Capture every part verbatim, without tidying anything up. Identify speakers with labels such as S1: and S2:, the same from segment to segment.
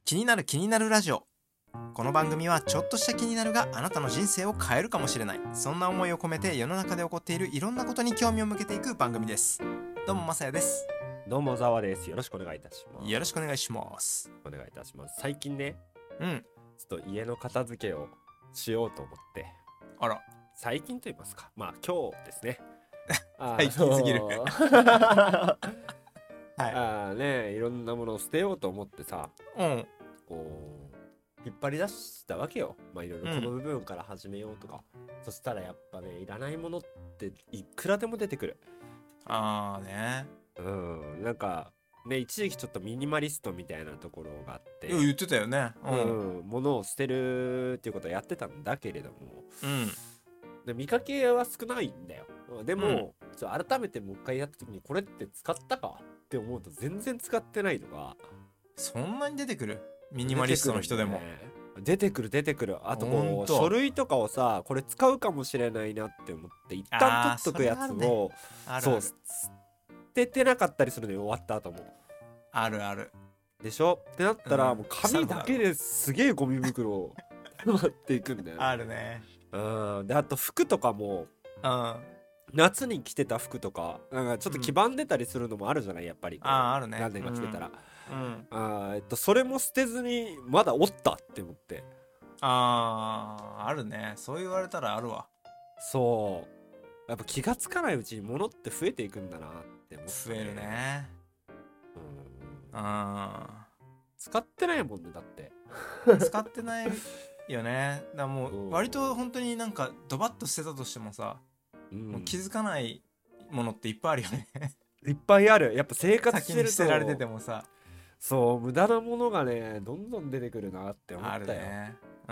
S1: 気になる気になるラジオ。この番組はちょっとした気になるがあなたの人生を変えるかもしれない、そんな思いを込めて世の中で起こっているいろんなことに興味を向けていく番組です。どうもまさやです。
S2: どうもざわです。よろしくお願いいたします。
S1: よろしくお願いします。
S2: お願いいたします。最近ね、
S1: うん
S2: ちょっと家の片付けをしようと思って。
S1: あら、
S2: 最近と言いますか、まあ今日ですね。
S1: 最近すぎるはい、
S2: あね、いろんなものを捨てようと思ってさ、
S1: うん、
S2: こう引っ張り出したわけよ。まあいろいろこの部分から始めようとか、うん、そしたらやっぱね、いらないものっていくらでも出てくる。
S1: あーね、
S2: うん、なんかね、一時期ちょっとミニマリストみたいなところがあって、
S1: 言ってたよね。
S2: うん、うん、物を捨てるっていうことをやってたんだけれども、
S1: うん、
S2: で見かけは少ないんだよ。でも、うん、ちょ改めてもう一回やった時にこれって使ったかって思うと全然使ってないのが。
S1: そんなに出てくる？ミニマリストの人でも
S2: 出てくる出てくる。あとこう書類とかをさ、これ使うかもしれないなって思って一旦取っとくやつを、
S1: ね、
S2: そう捨ててなかったりするのよ、終わった後も。
S1: あるある
S2: でしょってなったら、うん、もう紙だけですげえゴミ袋を持っていくんだよ、ね、
S1: あるね。
S2: うん。であと服とかも、
S1: うん、
S2: 夏に着てた服とかなんかちょっと黄ばんでたりするのもあるじゃない、やっぱり。
S1: ああるね。
S2: 何年か着てたら、
S1: うんうん、
S2: あえっとそれも捨てずにまだおったって思って。
S1: あーあるね。そう言われたらあるわ。
S2: そうやっぱ気がつかないうちに物って増えていくんだなって思って、ね、
S1: 増えるね。うん、あ
S2: 使ってないもんね、だって
S1: 使ってないよね。だからもう割と本当になんかドバッと捨てたとしてもさ、うん、もう気づかないものっていっぱいあるよね
S2: いっぱいある。やっって生活してると
S1: 先に捨てられててもさ、
S2: そう無駄なものがねどんどん出てくるなって思ったよ。
S1: あるね。うん。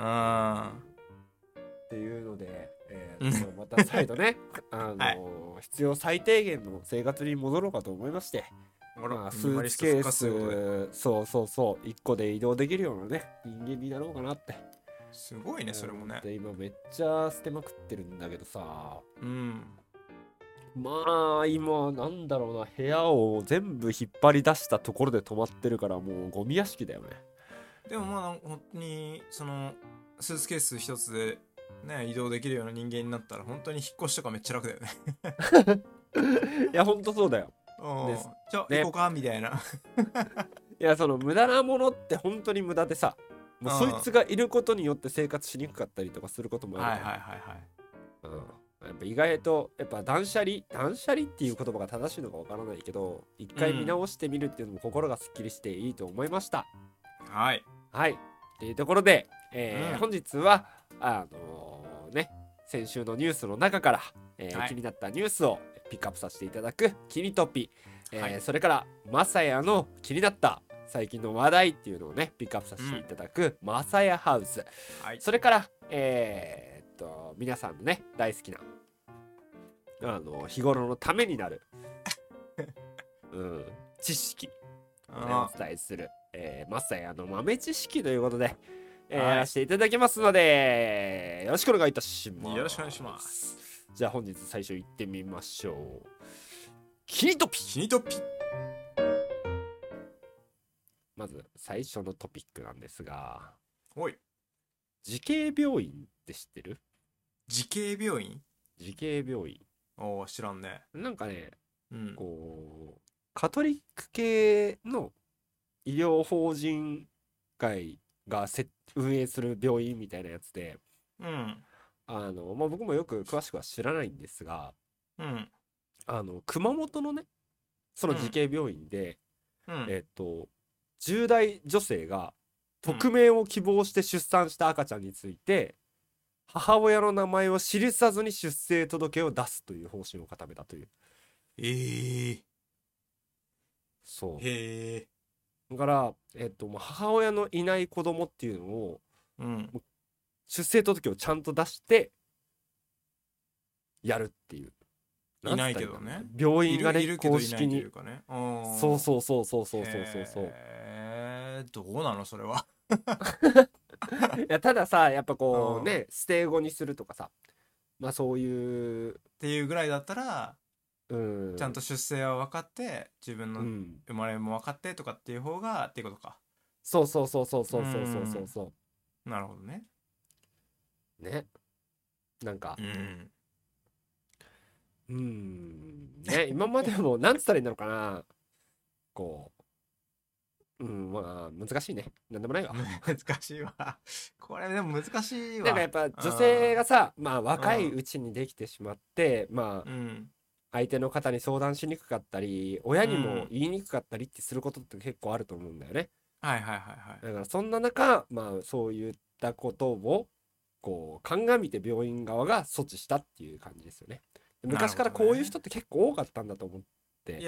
S2: っていうので、えー、また再度ねあのーはい、必要最低限の生活に戻ろうかと思いまして、まあ、スーツケースそうそうそういっこで移動できるようなね人間になろうかなって。
S1: すごいね、それもね。
S2: で今めっちゃ捨てまくってるんだけどさ、
S1: うん、
S2: まあ今なんだろうな、部屋を全部引っ張り出したところで止まってるからもうゴミ屋敷だよね。
S1: でもまあ本当にそのスーツケース一つでね移動できるような人間になったら本当に引っ越しとかめっちゃ楽だよね
S2: いやほんとそうだよ。
S1: じゃあ、ね、行こうかみたいな
S2: いやその無駄なものって本当に無駄でさ、もうそいつがいることによって生活しにくかったりとかすることもあるから。はいはいはいはい、うん、やっぱ意外とやっぱ断捨離断捨離っていう言葉が正しいのかわからないけど、一回見直してみるっていうのも心がすっきりしていいと思いました。
S1: うん、はい
S2: はいというところで、えーうん、本日はあのー、ね先週のニュースの中から、えーはい、気になったニュースをピックアップさせていただくキニトピ、えーはい、それからまさやの気になった最近の話題っていうのをねピックアップさせていただくまさやハウス、はい、それからえー、っと皆さんのね大好きなあの日頃のためになる、うん、知識を、ね、お伝えする、えー、まさやの豆知識ということで、えーはい、やらせていただきますのでよろしくお願いいたします。
S1: よろしくお願いします。
S2: じゃあ本日最初行ってみましょう。キニトピ
S1: キニトピ。
S2: まず最初のトピックなんですが、
S1: おい、
S2: 慈恵病院って知ってる？
S1: 慈恵病院？
S2: 慈恵病院。
S1: おー、知らんね。
S2: なんかね、
S1: うん、
S2: こうカトリック系の医療法人会が運営する病院みたいなやつで、
S1: うん、
S2: あのまあ、僕もよく詳しくは知らないんですが、
S1: うん、
S2: あの熊本のねその慈恵病院で、うん、えっとじゅう代女性が匿名を希望して出産した赤ちゃんについて、うん、母親の名前を記さずに出生届を出すという方針を固めたという。
S1: えー、
S2: そう
S1: へえ。
S2: だから、えっと、母親のいない子供っていうのを、
S1: うん、
S2: 出生届をちゃんと出してやるっていう。
S1: いないけどね。
S2: 病院がね、
S1: いる
S2: 公式に。
S1: いるけどいないというかね。
S2: そうそうそうそうそうそうそうそう。
S1: へえ、どうなのそれは。
S2: いやたださ、やっぱこうね、指定語にするとかさ、まあそういう
S1: っていうぐらいだったら、
S2: うん、
S1: ちゃんと出生は分かって自分の生まれも分かってとかっていう方がっていうことか。
S2: そうそうそうそうそうそうそうそうそ
S1: なるほどね。
S2: うね。なんか
S1: うん
S2: うーんね、今までもなんつったらいいんだろうかな、こう、うん、まあ難しいね。なんでもないわ。
S1: 難しいわ。これでも難しいわ。
S2: なんかやっぱ女性がさ、まあ若いう
S1: うん
S2: ちにできてしまって、まあ
S1: うん
S2: 相手の方に相談しにくかったり、親にも
S1: うん
S2: 言いにくかったりってすることって結構あると思うんだよね。
S1: はいはいはいはい。
S2: だからそんな中、まあそういったことをこう鑑みて病院側が措置したっていう感じですよね。
S1: なるほど
S2: 昔からこういう
S1: ね。
S2: 人って結構多かったんだと思って。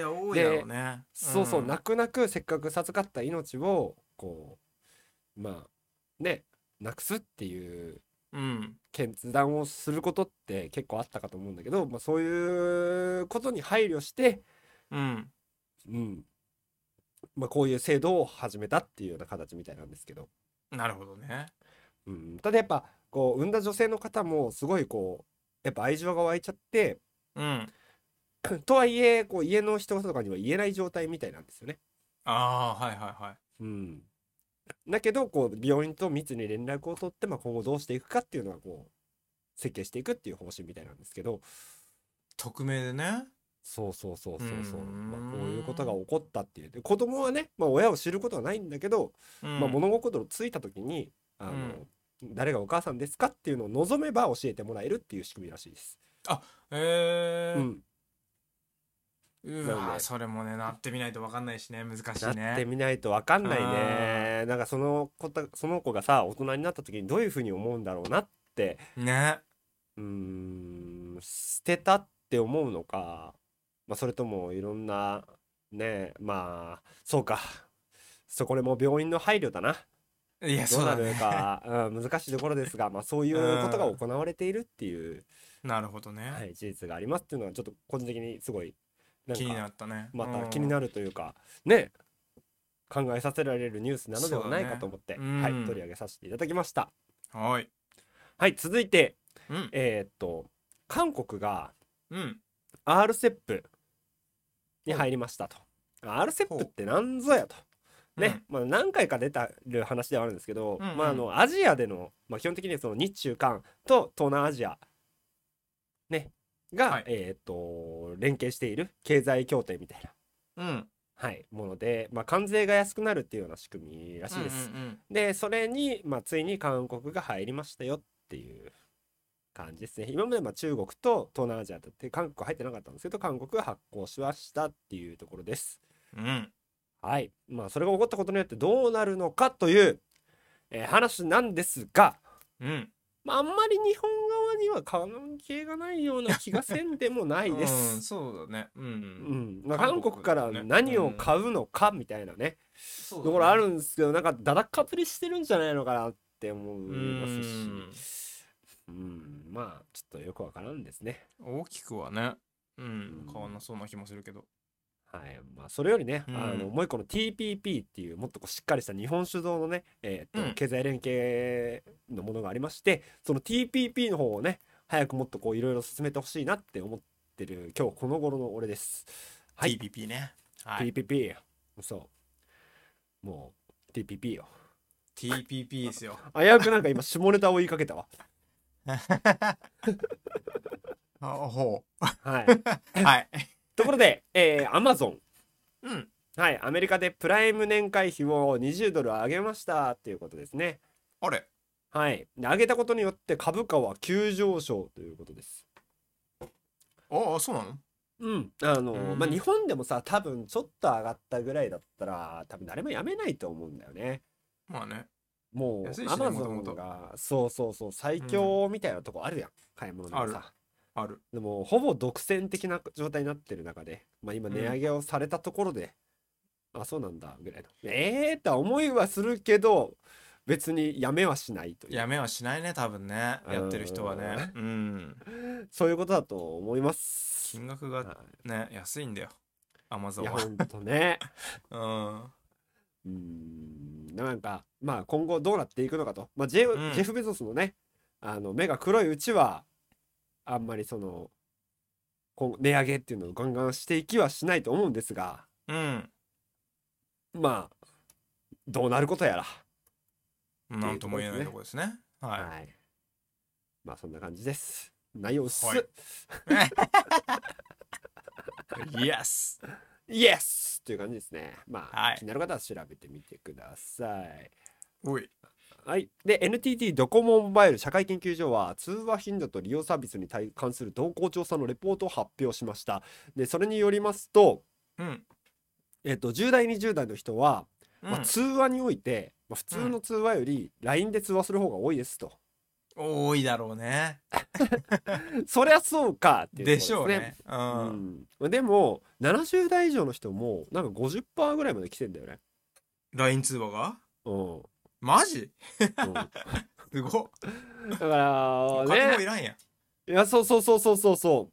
S1: いや、多いだろう
S2: で、
S1: ね。う
S2: そうそう、
S1: ん。
S2: 泣く泣くせっかく授かった命をこう、まあね、なくすっていう
S1: うん。
S2: 決断をすることって結構あったかと思うんだけど、まあ、そういうことに配慮して、
S1: うん。
S2: うんまあ、こういう制度を始めたっていうような形みたいなんですけど、
S1: なるほどね。
S2: うん、ただやっぱこう産んだ女性の方もすごいこうやっぱ愛情が湧いちゃって
S1: うん。
S2: とはいえこう家の人とかには言えない状態みたいなんですよね。
S1: ああ、はいはいはい。
S2: うん、だけどこう病院と密に連絡を取って、まあ、今後どうしていくかっていうのはこう設計していくっていう方針みたいなんですけど、
S1: 匿名でね。
S2: そうそうそう
S1: うー
S2: そうそう、まあ、こういうことが
S1: ん。
S2: 起こったっていうで子供はね、まあ、親を知ることはないんだけど、まあ、
S1: うん。
S2: 物心ついた時にあの、
S1: うん。
S2: 誰がお母さんですかっていうのを望めば教えてもらえるっていう仕組みらしいです。
S1: あ、へえ。
S2: うん、
S1: うわー、
S2: なので
S1: それもね、なってみないとわかんないしね、難し
S2: なって
S1: いね。
S2: みないと分かんない
S1: あ
S2: ね。なんかその子たその子がさ大人になった時にどういうふうに思うんだろうなって、
S1: ーね。
S2: うーん捨てたって思うのか、まあ、それともいろんなねまあそうか、そこでも病院の配慮だな。
S1: いや、
S2: どうな
S1: そうだね。
S2: るか、うん、難しいところですが、まあ、そうい
S1: う
S2: うことが
S1: ん。
S2: 行われているっていう、
S1: なるほどね。
S2: はい、事実がありますっていうのはちょっと個人的にすごいなん
S1: 気に
S2: か
S1: なったね。う
S2: また気にな
S1: ん。
S2: るというかね考えさせられるニュースなのではないか
S1: そうだね。
S2: と思って、
S1: う
S2: はい、取り
S1: ん。
S2: 上げさせていただきました。
S1: はい。
S2: はい、続いて
S1: うん。
S2: えーっと韓国が
S1: うん。
S2: アールセップ に
S1: ほう。
S2: 入りましたと。アールセップ っ
S1: ほ
S2: て何ぞやと。
S1: う。うん。
S2: ねまあ、何回か出たる話ではあるんですけど、まあ、あ
S1: うんうん。
S2: のアジアでの、まあ、基本的にその日中韓と東南アジアね、が、
S1: はい。
S2: えーっと、連携している経済協定みたいな、
S1: うん。
S2: はい、もので、まあ、関税が安くなるっていうような仕組みら
S1: うんうんう
S2: しいです。
S1: ん。
S2: で、それに、まあ、ついに韓国が入りましたよっていう感じですね。今までまあ中国と東南アジアだって韓国入ってなかったんですけど、韓国が発行しましたっていうところです。
S1: うん。
S2: はい。まあ、それが起こったことによってどうなるのかという、えー話なんですが、
S1: うん。
S2: まあ、あんまり日本側には関係がないような気がせんでもないで
S1: うん、
S2: す。
S1: そうだね。うん。
S2: うんまあ、
S1: 韓
S2: 韓国から
S1: 国だとね。う
S2: 何を
S1: ん。
S2: 買うのかみたいなね
S1: そうだね。
S2: ところあるんですけどなんかだだっかぶりしてるんじゃないのかなって
S1: う
S2: 思いますし、
S1: ん。
S2: うんまあちょっとよくわからんですね。
S1: 大きくはね。う
S2: う
S1: ん。変わんな
S2: ん
S1: そうな気もするけど。
S2: はいまあ、それよりねあの
S1: うん。
S2: もう一個の ティーピーピー っていうもっとこうしっかりした日本主導のね、えーっ
S1: うん。
S2: と経済連携のものがありましてその ティーピーピー の方をね早くもっとこういろいろ進めてほしいなって思ってる今日この頃の俺です。はい
S1: ティーピーピー ね。はい。
S2: ティーピーピー そうもう ティーピーピー よ。
S1: ティーピーピー ですよ。
S2: 危うくなんか今下ネタを言いかけたわ。
S1: あ、ほう。
S2: はい。
S1: はい。
S2: ところで、えー、Amazon。
S1: うん。
S2: はい、アメリカでプライム年会費をにじゅうドル上げましたっていうことですね。
S1: あれ。
S2: はい。で上げたことによって株価は急上昇ということです。
S1: ああ、そうなの？
S2: うん。あの、まあ、日
S1: うん。
S2: 本でもさ、多分ちょっと上がったぐらいだったら、多分誰もやめないと思うんだよね。
S1: まあね。
S2: もう、
S1: 安いしね、もとも
S2: Amazon
S1: と。
S2: が、そうそうそう、最
S1: うん。
S2: 強みたいなとこあるやん。買い物で
S1: ある。
S2: もさ。
S1: ある。
S2: でも、ほぼ独占的な状態になってる中で、まあ、今値上
S1: うん。
S2: げをされたところで、あ、そうなんだ、ぐらいの。えーって思いはするけど、別にやめはしないという。
S1: やめはしないね、多分ね。
S2: う
S1: やってる人はね。
S2: ーん
S1: うん。
S2: そういうことだと思います。
S1: 金額が
S2: は
S1: ね、安いんだよ。アマゾ
S2: い、いや、
S1: ンは。
S2: ほんとね。
S1: うん。
S2: うーん、なんか、まあ今後どうなっていくのかと。まあジェフ、ジェ
S1: うん。
S2: フ・ベゾスのね、あの目が黒いうちは、あんまりその、こう値上げっていうのをガンガンしていきはしないと思うんですが、
S1: うん。
S2: まあ、 どうなることやら。
S1: なんとも言えないところですね。は
S2: はい。まあそんな感じです。内容薄っ。
S1: はい。イエス。
S2: イエスっていう感じですね。まあ、
S1: はい。
S2: 気になる方は調べてみてください。
S1: おい。
S2: はい。で、エヌティーティー ドコモモバイル社会研究所は、通話頻度と利用サービスに対関する動向調査のレポートを発表しました。で、それによりますと、
S1: うん。
S2: えっと、じゅう代、にじゅう代の人は、まあ、
S1: うん。
S2: 通話において、まあ、普
S1: うん。
S2: 通の通話より ライン で通話する方が多いですと。
S1: 多いだろうね。
S2: そりゃそうかっていうと
S1: で
S2: ころですね。
S1: しょうね。うん。
S2: うん。でも、ななじゅう代以上の人も、なんかごじゅっパーセントぐらいまで来てんだよね。
S1: ライン 通話が
S2: うん。
S1: マジ？
S2: うん。
S1: すごっ。
S2: だから
S1: もう会話い
S2: ね、
S1: らんやん。
S2: いや、そうそうそうそうそうそう。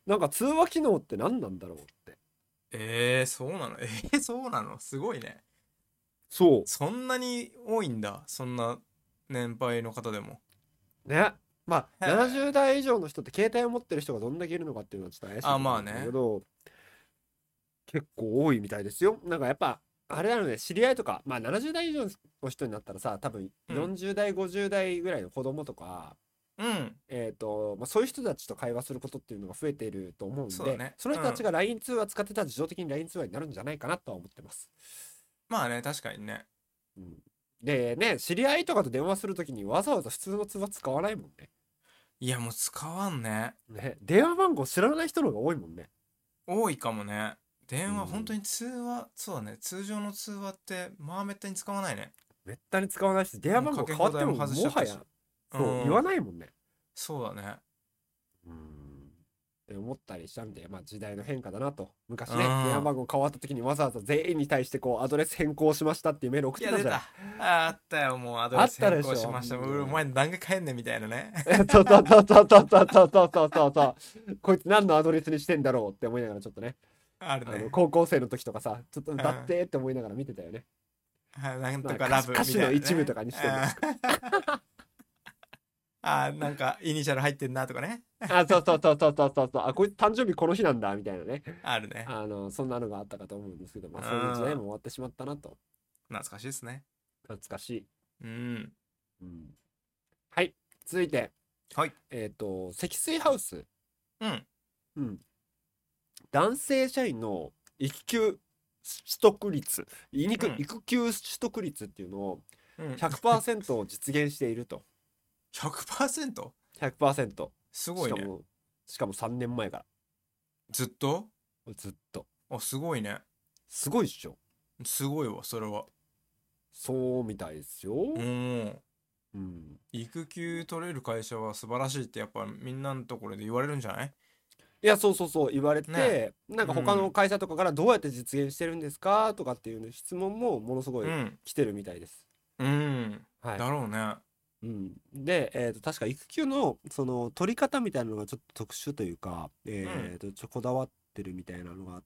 S2: なんか通話機能って何なんだろうって。
S1: えー、そうなの？えー、そうなの？すごいね。
S2: そ
S1: そんなに多いんだ。そんな年配の方でも。
S2: う。ね。まあ、
S1: へ
S2: ななじゅう
S1: え。
S2: 代以上の人って携帯を持ってる人がどんだけいるのかっていうのはちょっと怪しい
S1: あ、
S2: ところなんだけ
S1: まあね。
S2: ど、結構多いみたいですよ。なんかやっぱ、あれなのね、知り合いとか、まあななじゅう代以上の人になったらさ、多分
S1: うん。
S2: よんじゅう代、ごじゅう代ぐらいの子供とか、
S1: うん。
S2: えっと、まあ、そういう人たちと会話することっていうのが増えていると思うんで、
S1: そうだね。
S2: その人たちが
S1: うん。
S2: ライン 通話使ってたら自動的に ライン 通話になるんじゃないかなとは思ってます。
S1: まあね、確かにね。
S2: うん、でね、知り合いとかと電話するときにわざわざ普通の通話使わないもんね。
S1: いや、もう使わんね。
S2: ね、電話番号知らない人の方が多いもんね。
S1: 多いかもね。電話、本当
S2: うん。
S1: に通話、そうだね。通常の通話って、まあめったに使わないね。
S2: めったに使わないし、電話
S1: もう
S2: 番号
S1: かけ放題も
S2: 変わっても
S1: 外しちゃったし。
S2: もはや、
S1: う
S2: そう、言わ
S1: ん。
S2: ないもんね。
S1: そうだね。
S2: うん。って思ったりしたんで、まあ時代の変化だなと。昔
S1: う
S2: ね、電話
S1: ん。
S2: 番号変わった時にわざわざ全員に対してこう、アドレス変更しましたっていうメール送っ
S1: いや、出た。
S2: てたじゃん。
S1: ああったよ、もうアド
S2: あっ
S1: レス変
S2: たでしょ。
S1: 更しました。うお前何回帰んねんみたいなね。
S2: えそうそうそうそうそうそうそうそうそうそう。こいつ何のアドレスにしてんだろうって思いながらちょっとね、あの
S1: あるね。
S2: 高校生の時とかさ、ちょっと
S1: うん。
S2: 歌ってって思いながら見てたよね。
S1: はい、なんと
S2: まあ
S1: かラブみ
S2: 歌詞歌詞
S1: たいなね。
S2: の一部とかにしてんの。
S1: あー、なんかイニシャル入ってんなとかね。
S2: あ、そうそうそうそうそうそうそう。あ、こいつ誕生日この日なんだみたいなね。
S1: あるね。
S2: あの、そんなのがあったかと思うんですけど、ま
S1: う
S2: あそういう時代も
S1: ん。
S2: 終わってしまったなと。
S1: 懐かしいですね。
S2: 懐かしい。
S1: うん。
S2: うん、はい。続いて、
S1: はい。
S2: えっ、と、積水ハウス。
S1: うん。
S2: うん。男性社員の育休取得率、言いにくい
S1: うん。
S2: 育休取得率っていうのを
S1: うん。
S2: ひゃくパーセントを実現していると。
S1: ひゃくパーセント？
S2: ひゃくパーセント。
S1: すごいね。
S2: しかも、しかもさんねんまえか
S1: ずっと？
S2: ら。ずっと。
S1: あ、すごいね。
S2: すごいっしょ。
S1: すごいわ、それは。
S2: そうみたいですよ。
S1: うん。
S2: うん。
S1: 育休取れる会社は素晴らしいってやっぱみんなのところで言われるんじゃない？
S2: いや、そうそうそう言われ
S1: ね。
S2: て、なん
S1: う
S2: か他の
S1: ん。
S2: 会社とかからどうやって実現してるんですかとかっていう質問もものすごい
S1: うん。
S2: 来てるみたいです。
S1: うん。
S2: はい。
S1: だろうね。
S2: うん、で、えーと、確か育休のその取り方みたいなのがちょっと特殊というか、
S1: うん。
S2: えーと、ちょこだわってるみたいなのがあって、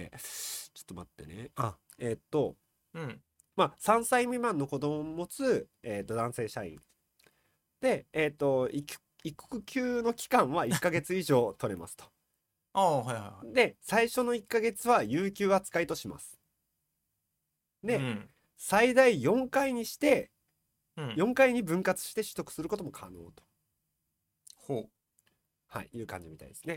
S2: ちょっと待ってね。あ、えーと、
S1: うん。
S2: まあ、さんさい未満の子供を持つ、えーと、男性社員。で、えーと、育育休の期間はいっかげつ以上取れますと。
S1: ああ、はいはいは
S2: で、最初のいっかげつは有給扱いとします。
S1: い。う
S2: で、
S1: ん。
S2: 最大よんかいにして、
S1: うん。
S2: よんかいに分割して取得することも可能と、
S1: ほう。
S2: はい、いう感じみたいですね。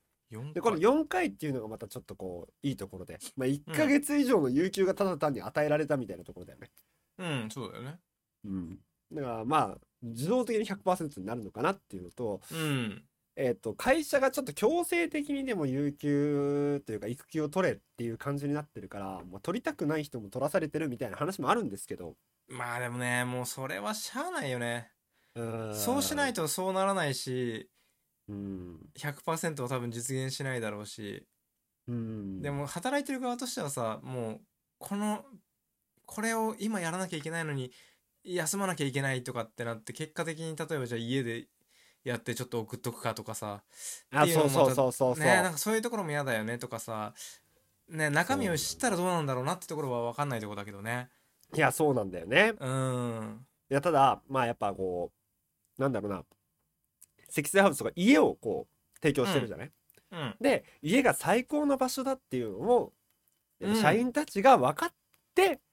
S1: 4
S2: で、この
S1: 回。
S2: よんかいっていうのがまたちょっとこう、いいところで、まあ、1
S1: うん。
S2: ヶ月以上の有給がただ単に与えられたみたいなところだよね。
S1: うん、そうだよね。
S2: うん。だからまあ、自動的にひゃくパーセントになるのかなっていうのと、
S1: うん。
S2: えっと、会社がちょっと強制的にでも有給というか育休を取れっていう感じになってるから、まあ、取りたくない人も取らされてるみたいな話もあるんですけど、
S1: まあでもね、もうそれはしゃあないよね。
S2: うーん、
S1: そうしないとそうならないし、
S2: うん、
S1: ひゃくパーセントは多分実現しないだろうし、
S2: うん、
S1: でも働いてる側としてはさ、もう、この、これを今やらなきゃいけないのに、休まなきゃいけないとかってなって、結果的に例えばじゃあ家でやってちょっと送っとくかとかさ、って
S2: あ、
S1: いうのもまた、
S2: そうそうそうそう
S1: ね、な
S2: そ
S1: んかそういうところも嫌だよねとかさ、ね、中身を知ったらどうなんだろうなってところは分かんないところだけどね。
S2: う。いや、そうなんだよね。
S1: うーん。
S2: いや、ただ、まあやっぱこう、なんだろうな、積水ハウスとか家をこう提供
S1: うん。
S2: してるじゃない。
S1: うん。
S2: で、家が最高の場所だっていうのを、やっぱ社
S1: うん。
S2: 員たちが分かって、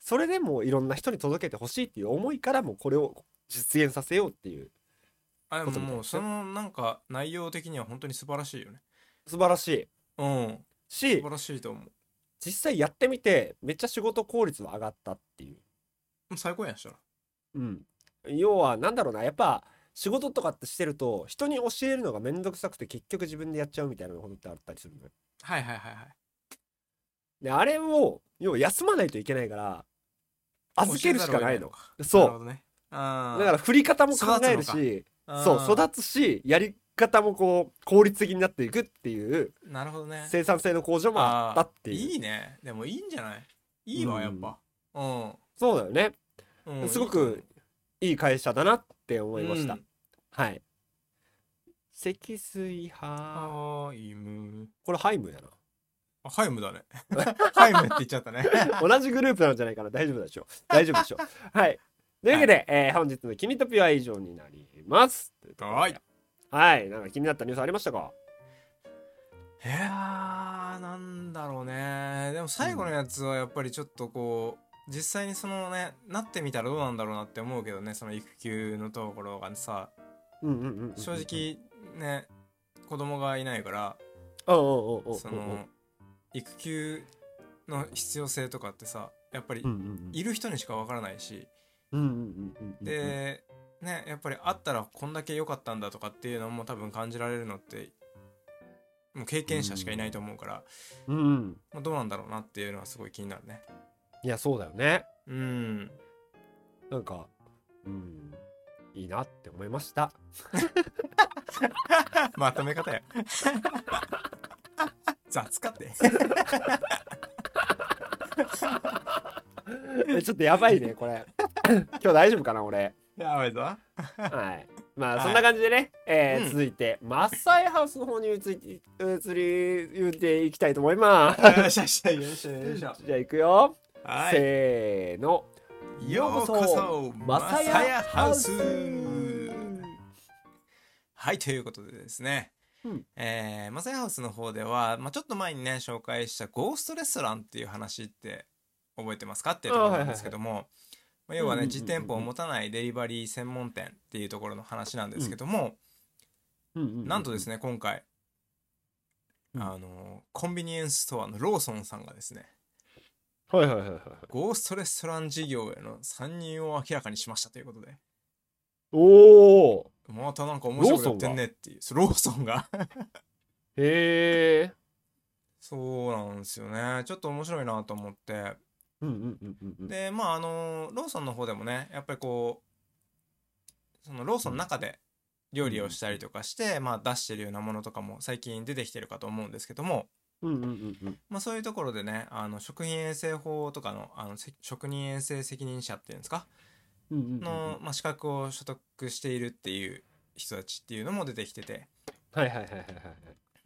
S2: それでもいろんな人に届けてほしいっていう思いからもうこれを実現させようっていう
S1: あ、で
S2: こと
S1: ももうそ
S2: みたいですよ。
S1: のなんか内容的には本当に素晴らしいよね。
S2: 素晴らしい
S1: うん素
S2: し、
S1: 晴らしいと思う。
S2: 実際やってみてめっちゃ仕事効率は上がったっていう。
S1: もう最高やんしたら。
S2: うん、要はなんだろうな、やっぱ仕事とかってしてると人に教えるのがめんどくさくて結局自分でやっちゃうみたいなことってあったりするのよ。
S1: はいはいはいはい。
S2: であれを要は休まないといけないから預けるしかないの。
S1: 教えざるを得ないのか。なる
S2: そ
S1: ほどね。
S2: うだ
S1: あ
S2: から振り方も考える
S1: 育つの
S2: し、
S1: あ。
S2: そう育つしやり方もこう効率的になっていくっていう
S1: なるほどね。
S2: 生産性の向上もあったっていう。
S1: いいね。でもいいんじゃない？いいわ、やっぱ。うん。
S2: そうだよね。
S1: うん、
S2: すごくいい会社だなって思いました。
S1: うん、
S2: はい。積水ハ
S1: ハイム。
S2: これハイムやな。
S1: あ、ハイムだね。ハイムって言っちゃったね。
S2: 同じグループなんじゃないかな。大丈夫でしょう。大丈夫でしょう。はい。というわけで、はい、えー、本日の君とピは以上になります。
S1: はい。
S2: はい。なんか気になったニュースありましたか？
S1: いやー、なんだろうね。でも最後のやつはやっぱりちょっとこう、実際にそのね、なってみたらどうなんだろうなって思うけどね、その育休のところがさ、正直ね、子供がいないから、その育休の必要性とかってさ、やっぱりいる人にしかわからないし、でね、やっぱりあったらこんだけ良かったんだとかっていうのも多分感じられるのってもう経験者しかいないと思うから、うん、まあ、どうなんだろうなっていうのはすごい気になるね。
S2: いやそうだよね。
S1: うん、
S2: なんか、うん、いいなって思いました。
S1: まとめ方や。雑かって。
S2: ちょっとやばいねこれ。今日大丈夫かな俺。
S1: やばいぞ。
S2: はい。まあそんな感じでね、はい、えーうん、続いてマッサイハウスの方に移り移り言っていきたいと思います。
S1: よしよしよしよし。じゃ
S2: あ行くよ。
S1: はい。
S2: せーの。
S1: ようこそマッサイハウス。はい、ということでですね、うん、えー、マッサイハウスの方では、まあ、ちょっと前にね紹介したゴーストレストランっていう話って覚えてますかっていうところなんですけども、まあ、要はね実店舗を持たないデリバリー専門店っていうところの話なんですけども、なんとですね今回、うん、あのコンビニエンスストアのローソンさんがですね、
S2: はいはいはいはい、
S1: ゴーストレストラン事業への参入を明らかにしましたということで、
S2: おお
S1: またなんか面白いことやってんねっていう、ローソンが
S2: へえ、
S1: そうなんですよね。ちょっと面白いなと思って、でまああのローソンの方でもねやっぱりこうそのローソンの中で料理をしたりとかして、まあ、出してるようなものとかも最近出てきてるかと思うんですけども、まあそういうところでねあの食品衛生法とかの、あの食品衛生責任者っていうんですかの、まあ、資格を取得しているっていう人たちっていうのも出てきてて、
S2: はいはいはいはいはい。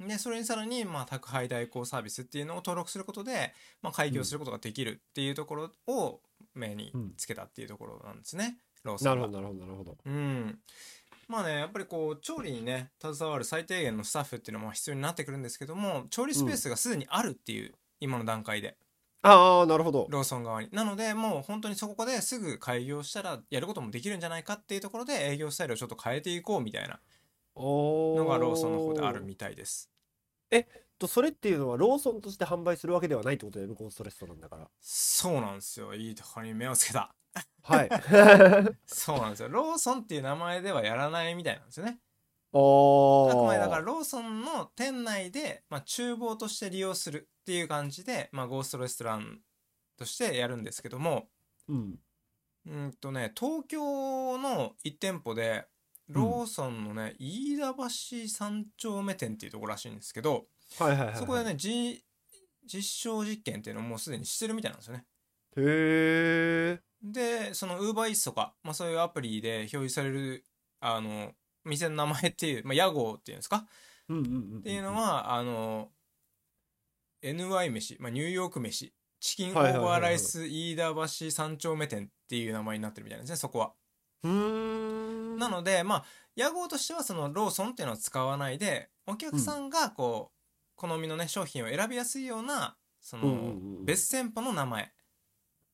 S1: でそれにさらに、まあ、宅配代行サービスっていうのを登録することで、まあ、開業することができるっていうところを目につけたっていうところなんですね、うん、ローソンが。
S2: なるほどなるほどなるほど。
S1: うん。まあねやっぱりこう調理にね携わる最低限のスタッフっていうのも必要になってくるんですけども、調理スペースがすでにあるっていう、うん、今の段階で。
S2: ああなるほど。
S1: ローソン側になのでもう本当にそこですぐ開業したらやることもできるんじゃないかっていうところで営業スタイルをちょっと変えていこうみたいなのがローソンの方であるみたいです。
S2: えっとそれっていうのはローソンとして販売するわけではないってことでゴーストレストランだから。
S1: そうなんですよ。いいところに目をつけた。
S2: はい
S1: そうなんですよ。ローソンっていう名前ではやらないみたいなんですよね。あくまでだからローソンの店内で、まあ、厨房として利用するっていう感じで、まあ、ゴーストレストランとしてやるんですけども、うん、うんとね東京のいち店舗でローソンのね、うん、飯田橋三丁目店っていうところらしいんですけど、はいはいはいはい、そこでね実証実験っていうのをもうすでにしてるみたいなんですよね。へー。でその UberEats とか、まあ、そういうアプリで表示されるあの店の名前っていう、まあ、屋号っていうんですか、っていうのはあの エヌワイ 飯、まあ、ニューヨーク飯チキンオーバーライス飯田橋三丁目店っていう名前になってるみたいなんですね、そこは。うーんなのでまあ屋号としてはそのローソンっていうのを使わないでお客さんがこう、うん、好みのね商品を選びやすいようなその別店舗の名前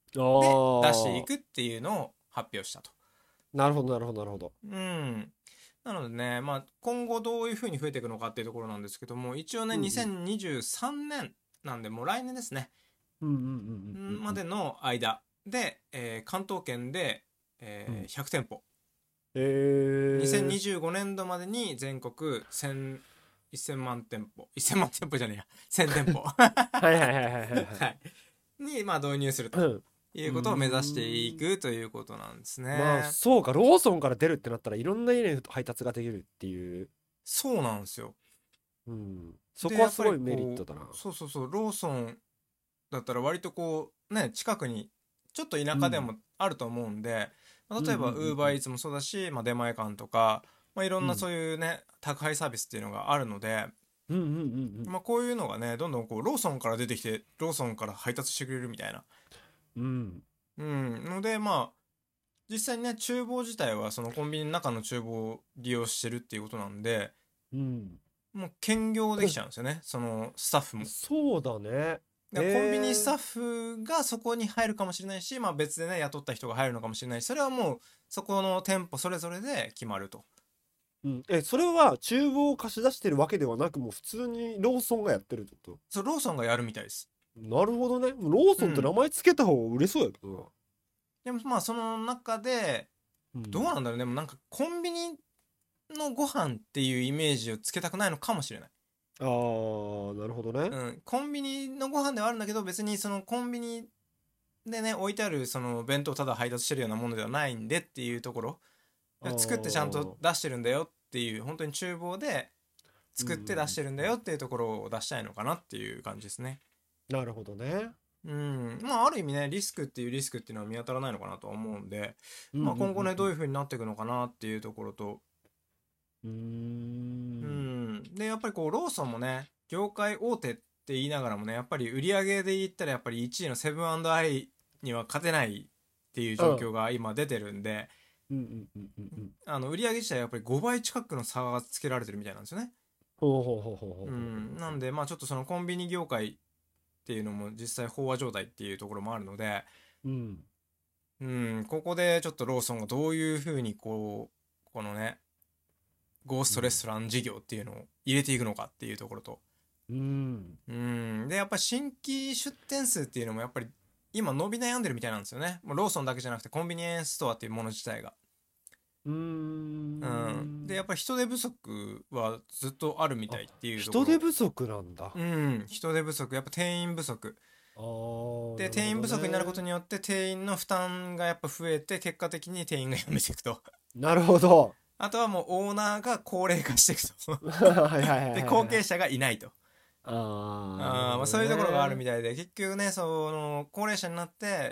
S2: あ
S1: で出してい
S2: ー
S1: くっていうのを発表したと。
S2: なるほどなるほどなるほど。
S1: うんなのでね、まあ、今後どういうふうに増えていくのかっていうところなんですけども、一応ね、
S2: うんうん
S1: にせんにじゅうさんねんなんで、もう来年ですね、
S2: うんうんうんうんうん
S1: までの間で、えー関東圏で、えー
S2: うん
S1: ひゃく店舗、
S2: へえ。
S1: にせんにじゅうごねん度までに全国せん、せんまん店舗、せんまん店舗じゃねえや、せん店舗
S2: はいはいはいはいはいはい。
S1: はいに、まあ、導入すると
S2: うん
S1: いうことを目指していくということなんです
S2: まあ
S1: ね。
S2: そうか、ローソンから出るってなったらいろんな家に配達ができるっていう、
S1: そうなんですよ。
S2: うん、そ
S1: で、
S2: こは
S1: やっぱり
S2: すごいメリット
S1: こ
S2: だな。
S1: う、そうそうそう、ローソンだったら割とこう、ね、近くに、ちょっと田舎で
S2: うん
S1: もあると思うんで、まあ例えば、
S2: うんうんう
S1: ウーバーイーツもそうだし、まあ、出前館とか、まあ、いろん
S2: んうん
S1: なそういうね、宅配サービスっていうのがあるので、
S2: うんうんうん
S1: まあ、こういうのがね、どんどんこう、ローソンから出てきて、ローソンから配達してくれるみたいな。
S2: うんうん
S1: うん。ので、まあ、実際にね、厨房自体はそのコンビニの中の厨房を利用してるっていうことなんで、
S2: うん
S1: もう兼業できちゃうんですよね、そのスタッフも。
S2: そうだね。
S1: だからコンビニスタッ
S2: へえ。
S1: フがそこに入るかもしれないし、まあ、別でね雇った人が入るのかもしれないし、それはもうそこの店舗それぞれで決まると。
S2: うん、え、それは厨房を貸し出してるわけではなく、もう普通にローソンがやってるってこ
S1: そうローソンがやるみたいです。
S2: と？なるほどね。ローソンって名前つけた方が売れそうやけど
S1: でもまあその中で
S2: な。うん
S1: どうなんだろうね、でもなんかコンビニのご飯っていうイメージをつけたくないのかもしれない。
S2: あー、なるほどね。
S1: うん、コンビニのご飯ではあるんだけど、別にそのコンビニでね置いてあるその弁当をただ配達してるようなものではないんでっていうところ、
S2: あ
S1: 作ってちゃんと
S2: ー
S1: 出してるんだよっていう、本当に厨房で
S2: うんうん
S1: 作って出してるんだよっていうところを出したいのかなっていう感じですね。
S2: なるほどね。
S1: うんまあある意味ね、リスクっていうリスクっていうのは見当たらないのかなとは思うんで、
S2: うんうんうんうん
S1: まあ今後ねどういう風になっていくのかなっていうところと、
S2: うー
S1: うんんでやっぱりこうローソンもね業界大手って言いながらもね、やっぱり売り上げで言ったらやっぱりいちいのセブンアイには勝てないっていう状況が今出てるんで、
S2: うんうんうんうんうん
S1: あの売り上げ自体はやっぱりごばい近くの差がつけられてるみたいなんですよね。
S2: ほうほうほうほうほうほう
S1: うんなんでまあちょっとそのコンビニ業界っていうのも実際飽和状態っていうところもあるので、
S2: うん
S1: うんここでちょっとローソンがどういうふうにこうこのねゴーストレストラン事業っていうのを入れていくのかっていうところと、
S2: うん
S1: うんでやっぱり新規出店数っていうのもやっぱり今伸び悩んでるみたいなんですよね。もうローソンだけじゃなくてコンビニエンスストアっていうもの自体が。
S2: うー
S1: うんでやっ
S2: ん
S1: ぱり人手不足はずっとあるみたいっていうところ。
S2: 人手不足なんだ。
S1: うん人手不足、やっぱ店員不足
S2: あー
S1: で、
S2: なるほどね
S1: 店員不足になることによって店員の負担がやっぱ増えて、結果的に店員が辞めていくと。
S2: なるほど。
S1: あとはもうオーナーが高齢化していくと。
S2: はいはいはいはい
S1: で後継者がいないと。
S2: あー
S1: あーまあそういうところがあるみ
S2: た
S1: たいで、結局ねその高齢者になって、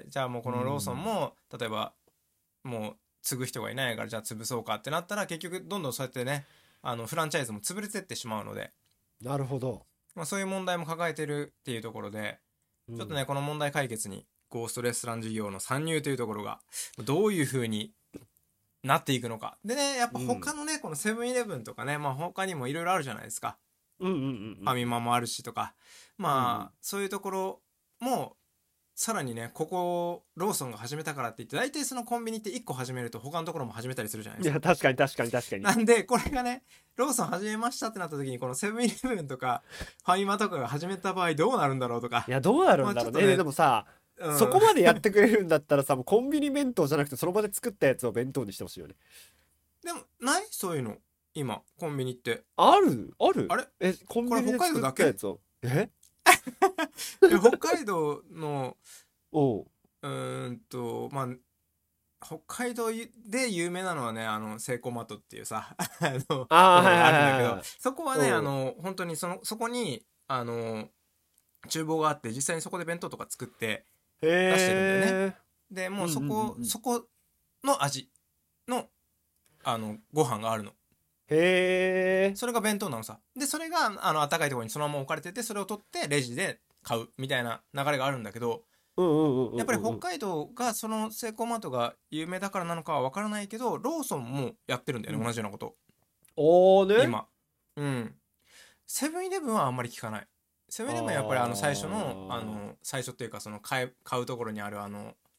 S1: じゃあもうこのローソンも例えばもう継ぐ人がいないからじゃあ潰そうかってなったら、結局どんどんそうやってねあのフランチャイズも潰れてってしまうので、
S2: い。なるほど。
S1: まあ、そういう問題も抱えてるっていうところで、
S2: うん
S1: ちょっとねこの問題解決にゴーストレストラン事業の参入というところがどういう風になっていくのかでね、やっぱ他のね、このセブンイレブンとかね、まあ他にもいろいろあるじゃないですか。
S2: うんうんうん
S1: ファミマもあるしとか、まあ、
S2: うん
S1: そういうところもさらにね、ここローソンが始めたからって言って大体そのコンビニっていっこ始めると他のところも始めたりするじゃない
S2: い
S1: ですか。
S2: や確かに確かに確かに。
S1: なんでこれがねローソン始めましたってなった時にこのセブンイレブンとかファミマとかが始めた場合どうなるんだろうとか
S2: い、やどうなるんだろうね。
S1: まあちょっとね
S2: えでもさ、
S1: うん
S2: そこまでやってくれるんだったらさ、もうコンビニ弁当じゃなくてその場で作ったやつを弁当にしてほしいよね。
S1: でもないそういうの今コンビニって。
S2: あるある
S1: あれ
S2: えコンビニで作ったやつをえ
S1: え北海道の
S2: おう
S1: うーんとまあ北海道で有名なのはね、あのセイコーマートっていうさあのところ
S2: あー
S1: があるんだけど、
S2: はいはいはいはい
S1: そこはね
S2: うん
S1: あの本当にそのそこにあの厨房があって実際にそこで弁当とか作って出してるんだよ
S2: へえ。
S1: でもうそこ、
S2: うんうんうんうん
S1: そこの味のあのご飯があるの。
S2: へえ。
S1: それが弁当なのさ。でそれがあの暖かいところにそのまま置かれてて、それを取ってレジで買うみたいな流れがあるんだけど、
S2: うんうんうんうんうん。
S1: やっぱり北海道がそのセイコーマートが有名だからなのかは分からないけど、ローソンもやってるんだよね、
S2: うん
S1: 同じようなこと
S2: おーね。
S1: 今。うんセブンイレブンはあんまり聞かない。セブンイレブンはやっぱりあの最初の
S2: あー
S1: あの最初っていうかその買え買うところにあるあの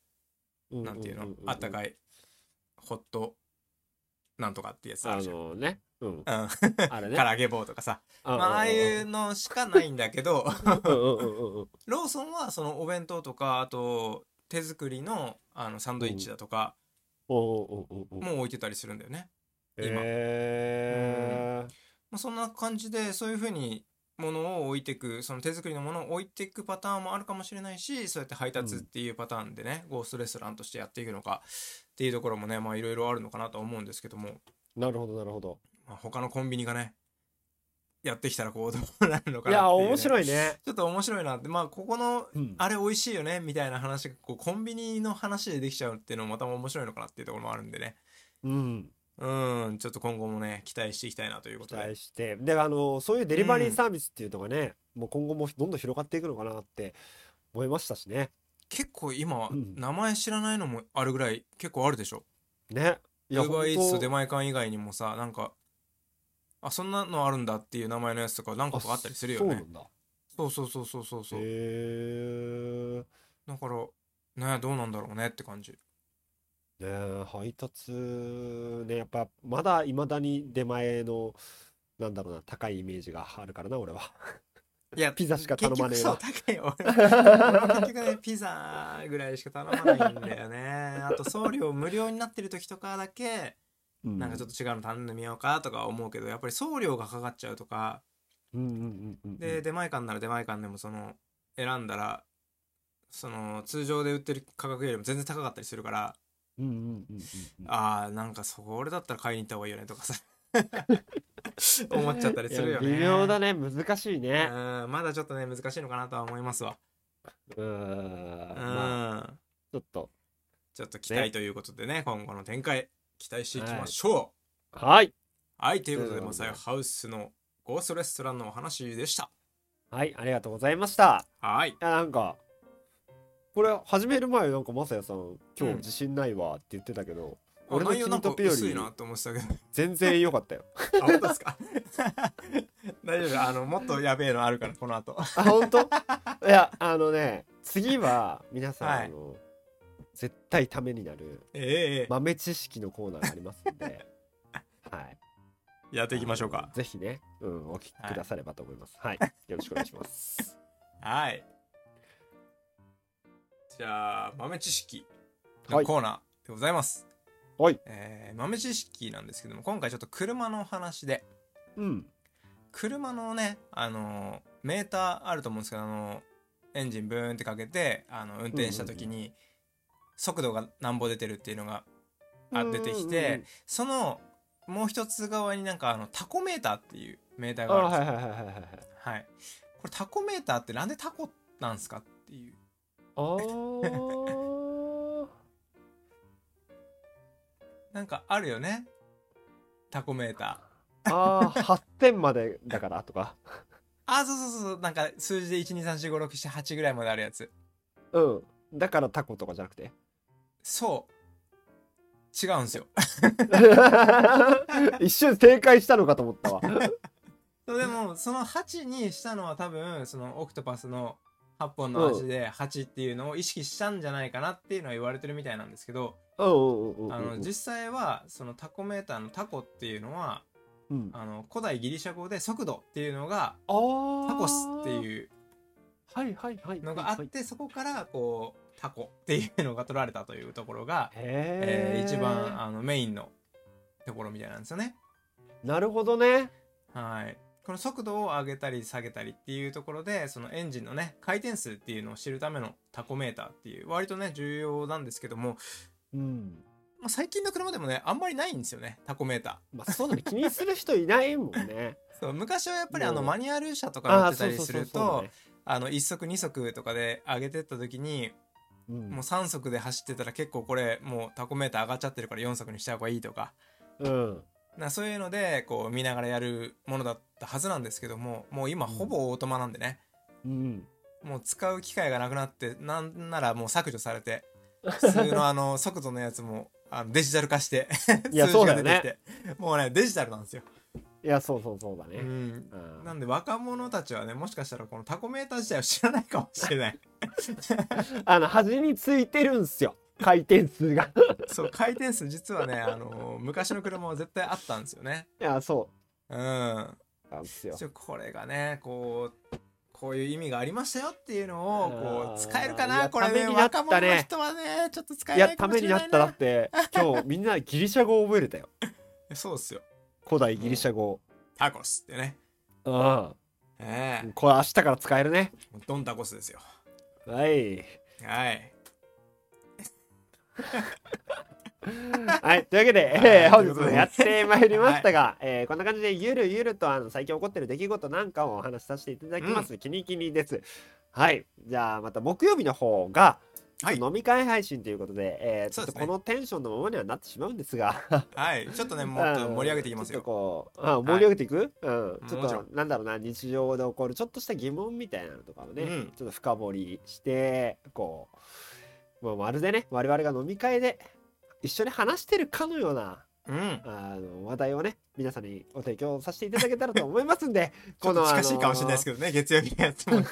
S1: なんていうの、あったかいホットなんとかってやつあ
S2: あ
S1: るじゃん。
S2: のね、うん、
S1: うん。
S2: あれね、
S1: 唐揚げ棒とかさ。
S2: あ
S1: まあ、ああいうのしかないんだけど、
S2: うんうんうんうんうん
S1: ローソンはそのお弁当とか、あと手作りのあのサンドイッチだとか
S2: おおおおお、
S1: も置いてたりするんだよね。今。
S2: え
S1: まあ、そんな感じで、そういう風に物を置いていく、その手作りのものを置いていくパターンもあるかもしれないし、そうやって配達っていうパターンでね、ゴーストレストランとしてやっていくのかっていうところもね、まあいろいろあるのかなと思うんですけども、
S2: ー、なるほどなるほど。
S1: まあ、他のコンビニがね、やってきたらこうどうなるのか
S2: いや
S1: なっていう、ね、
S2: 面白いね。
S1: ちょっと面白いなって、まあここの、
S2: うん、
S1: あれ美味しいよねみたいな話がこうコンビニの話でできちゃうっていうのもまた面白いのかなっていうところもあるんでね。
S2: うん、
S1: うんちょっと今後もね期待していきたいなというこ
S2: 期
S1: とで。
S2: 待して、であのそういうデリバリーサービスっていうのがね、もう今後もどんどん広がっていくのかなって思いましたしね。
S1: 結構今、
S2: うん
S1: 名前知らないのもあるぐらい結構あるでしょ。
S2: ね、いや
S1: ウーバーイーツと出
S2: 本
S1: 前館以外にもさ、なんかあそんなのあるんだっていう名前のやつとか何個かあったりするよね。
S2: そうなんだ。
S1: そうそうそうそうそうそう。
S2: へえ。
S1: だからねどうなんだろうねって感じ。
S2: ねえ、配達ね、やっぱまだいまだに出前のなんだろうな、高いイメージがあるからな俺は。
S1: いや
S2: ピザしか頼まねえわ。
S1: 結局そう高いよ。俺も結局ねピザぐらいしか頼まないんだよね。あと送料無料になってる時とかだけ
S2: うん
S1: なんかちょっと違うの頼んでみようかとか思うけど、やっぱり送料がかかっちゃうとか
S2: うんうんうんうんうん
S1: で、出前館なら出前館でもその選んだらその通常で売ってる価格よりも全然高かったりするから、
S2: うんうんうんうんうん、
S1: あーなんかそれだったら買いに行った方がいいよねとかさ思っちゃったりするよね。
S2: いや微妙だね、難しいね。
S1: うんまだちょっとね難しいのかなとは思いますわ。
S2: うーん、
S1: うん、
S2: まあちょっと
S1: ちょっと期待ということでね、今後の展開期待していきましょう。
S2: はい
S1: はい、ということで、
S2: ということで
S1: マサイハウスのゴーストレストランのお話でした。
S2: はい、ありがとうございました。
S1: はい。
S2: いやなんかこれ始める前なんかまさやさん今
S1: うん
S2: 日自信ないわって言ってたけど、
S1: あ
S2: 俺の
S1: 内容なんか
S2: 君とピより
S1: 薄いなと思ってたけど。
S2: 全然良かったよ。
S1: あ、本当ですか大丈夫あの、もっとやべえのあるから、この後。
S2: あ、本当？いや、あのね、次は皆さん、
S1: はい
S2: あの絶対ためになる
S1: ええ
S2: 豆知識のコーナーがありますんで、はい。
S1: やっていきましょうか。
S2: ぜひね、うん、お聞きくださればと思います。はい、よろしくお願いします。
S1: はい。じゃあ、豆知識
S2: はい
S1: のコーナーでございます。
S2: はい。
S1: えー豆知識なんですけども、今回ちょっと車のお話で、
S2: うん。
S1: 車のね、あのーメーターあると思うんですけど、あのーエンジンブーンってかけて、あの運転した時に速度がなんぼ出てるっていうのがあ出てきて、そのもう一つ側になんかあのタコメーターっていうメーター
S2: あ、
S1: があるんですよ。
S2: はいはいはいはいはいはい。
S1: はい。これタコメーターってなんでタコなんすかっていう。
S2: あー。
S1: なんかあるよね。タコメータ
S2: あー、はってんまでだからとか。
S1: ー。あ、そうそうそう。なんか数字でいち、に、さん、よん、ご、ろく、なな、はちぐらいまであるやつ。
S2: うん。だからタコとかじゃなくて。
S1: そう。違うんすよ。
S2: 一瞬正解したのかと思ったわ。
S1: そうでもそのはちにしたのは多分そのオクトパスのはっぽんの足ではちっていうのを意識したんじゃないかなっていうのは言われてるみたいなんですけど、
S2: うんうんうんうんうん。
S1: あの実際はそのタコメーターのタコっていうのは
S2: うん、
S1: あの古代ギリシャ語で速度っていうのが
S2: あー
S1: タコスっていう
S2: はいはいはい
S1: のがあっ
S2: はい
S1: て、そこからこうタコっていうのが取られたというところが、
S2: へー
S1: えー一番あのメインのところみたいなんですよね。
S2: なるほどね。
S1: はい。この速度を上げたり下げたりっていうところで、そのエンジンのね回転数っていうのを知るためのタコメーターっていう割とね重要なんですけども、
S2: うん。
S1: まあ、最近の車でもねあんまりないんですよね、タコメータ
S2: まあそうだね、気にする人いないもんね。
S1: ー。そう昔はやっぱりあの
S2: もう
S1: マニュアル車とか乗
S2: ああ、
S1: ってたりする
S2: そうそうそうそうだ
S1: と
S2: ね。
S1: あのいっ速に速とかで上げてった時に
S2: うん
S1: もうさん速で走ってたら結構これもうタコメーター上がっちゃってるからよん速にした方がいいとか、
S2: うん。
S1: なそういうのでこう見ながらやるものだったはずなんですけども、もう今ほぼオートマなんでね、
S2: うん。
S1: もう使う機会がなくなって、なんならもう削除されて普通のあの速度のやつもあのデジタル化して
S2: いや
S1: 数字が出てきて、
S2: そう
S1: もうねデジタルなんですよ。
S2: いや、そうそうそうだね。
S1: うん、
S2: うん
S1: なんで若者たちはねもしかしたらこのタコメーター自体を知らないかもしれない。
S2: あの、端についてるんすよ。 回転数が
S1: そう回転数実はねあの昔の車は絶対あったんですよね。
S2: いやそ
S1: うん
S2: なんですよ。
S1: ちょこれがねこうこういう意味がありましたよっていうのをこう使えるか
S2: いや
S1: なこれね
S2: ためになったね
S1: 若者の人はねちょっと使え
S2: いやた
S1: ないかも
S2: めになった。だ
S1: しれないな
S2: って今日みんなギリシャ語を覚えれたよ。
S1: そうっすよ
S2: 古代ギリシャ語。
S1: タコスってね
S2: うん
S1: ええ
S2: これ明日から使えるね。
S1: ドンタコスですよ。
S2: はい
S1: はい
S2: はいというわけで、
S1: はい
S2: えー本
S1: ということで
S2: 日もやってまいりましたが、えーこんな感じでゆるゆるとあの最近起こってる出来事なんかをお話しさせていただきます。キニキニです。はいじゃあまた木曜日の方が
S1: はい
S2: 飲み会配信ということで、えーちょっと
S1: そうですね
S2: このテンションのままにはなってしまうんですが
S1: はいちょっとねもっと盛り上げていきますよ。
S2: ちょっとこうあ盛り上げていく、うんちょっ
S1: もちろ
S2: となんだろうな日常で起こるちょっとした疑問みたいなのとかをね、
S1: うん
S2: ちょっと深掘りしてこう、まあ、まるでね我々が飲み会で一緒に話してるかのような
S1: うん
S2: あの話題をね皆さんにご提供させていただけたらと思いますんで
S1: ちょっと近しいかもしれないですけどね月曜日のやつもね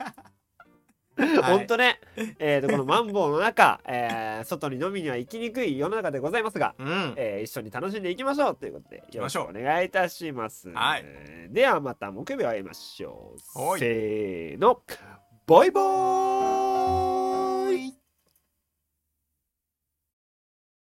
S2: 本当ね、えーとこのマンボウの中、えー外に飲みには行きにくい世の中でございますが、
S1: うん
S2: えー一緒に楽しんでいきましょうということでよろしくお
S1: きましょう
S2: 願いいたします。
S1: はい
S2: ではまた木曜日会いましょう。
S1: はい
S2: せーのバイバーイ。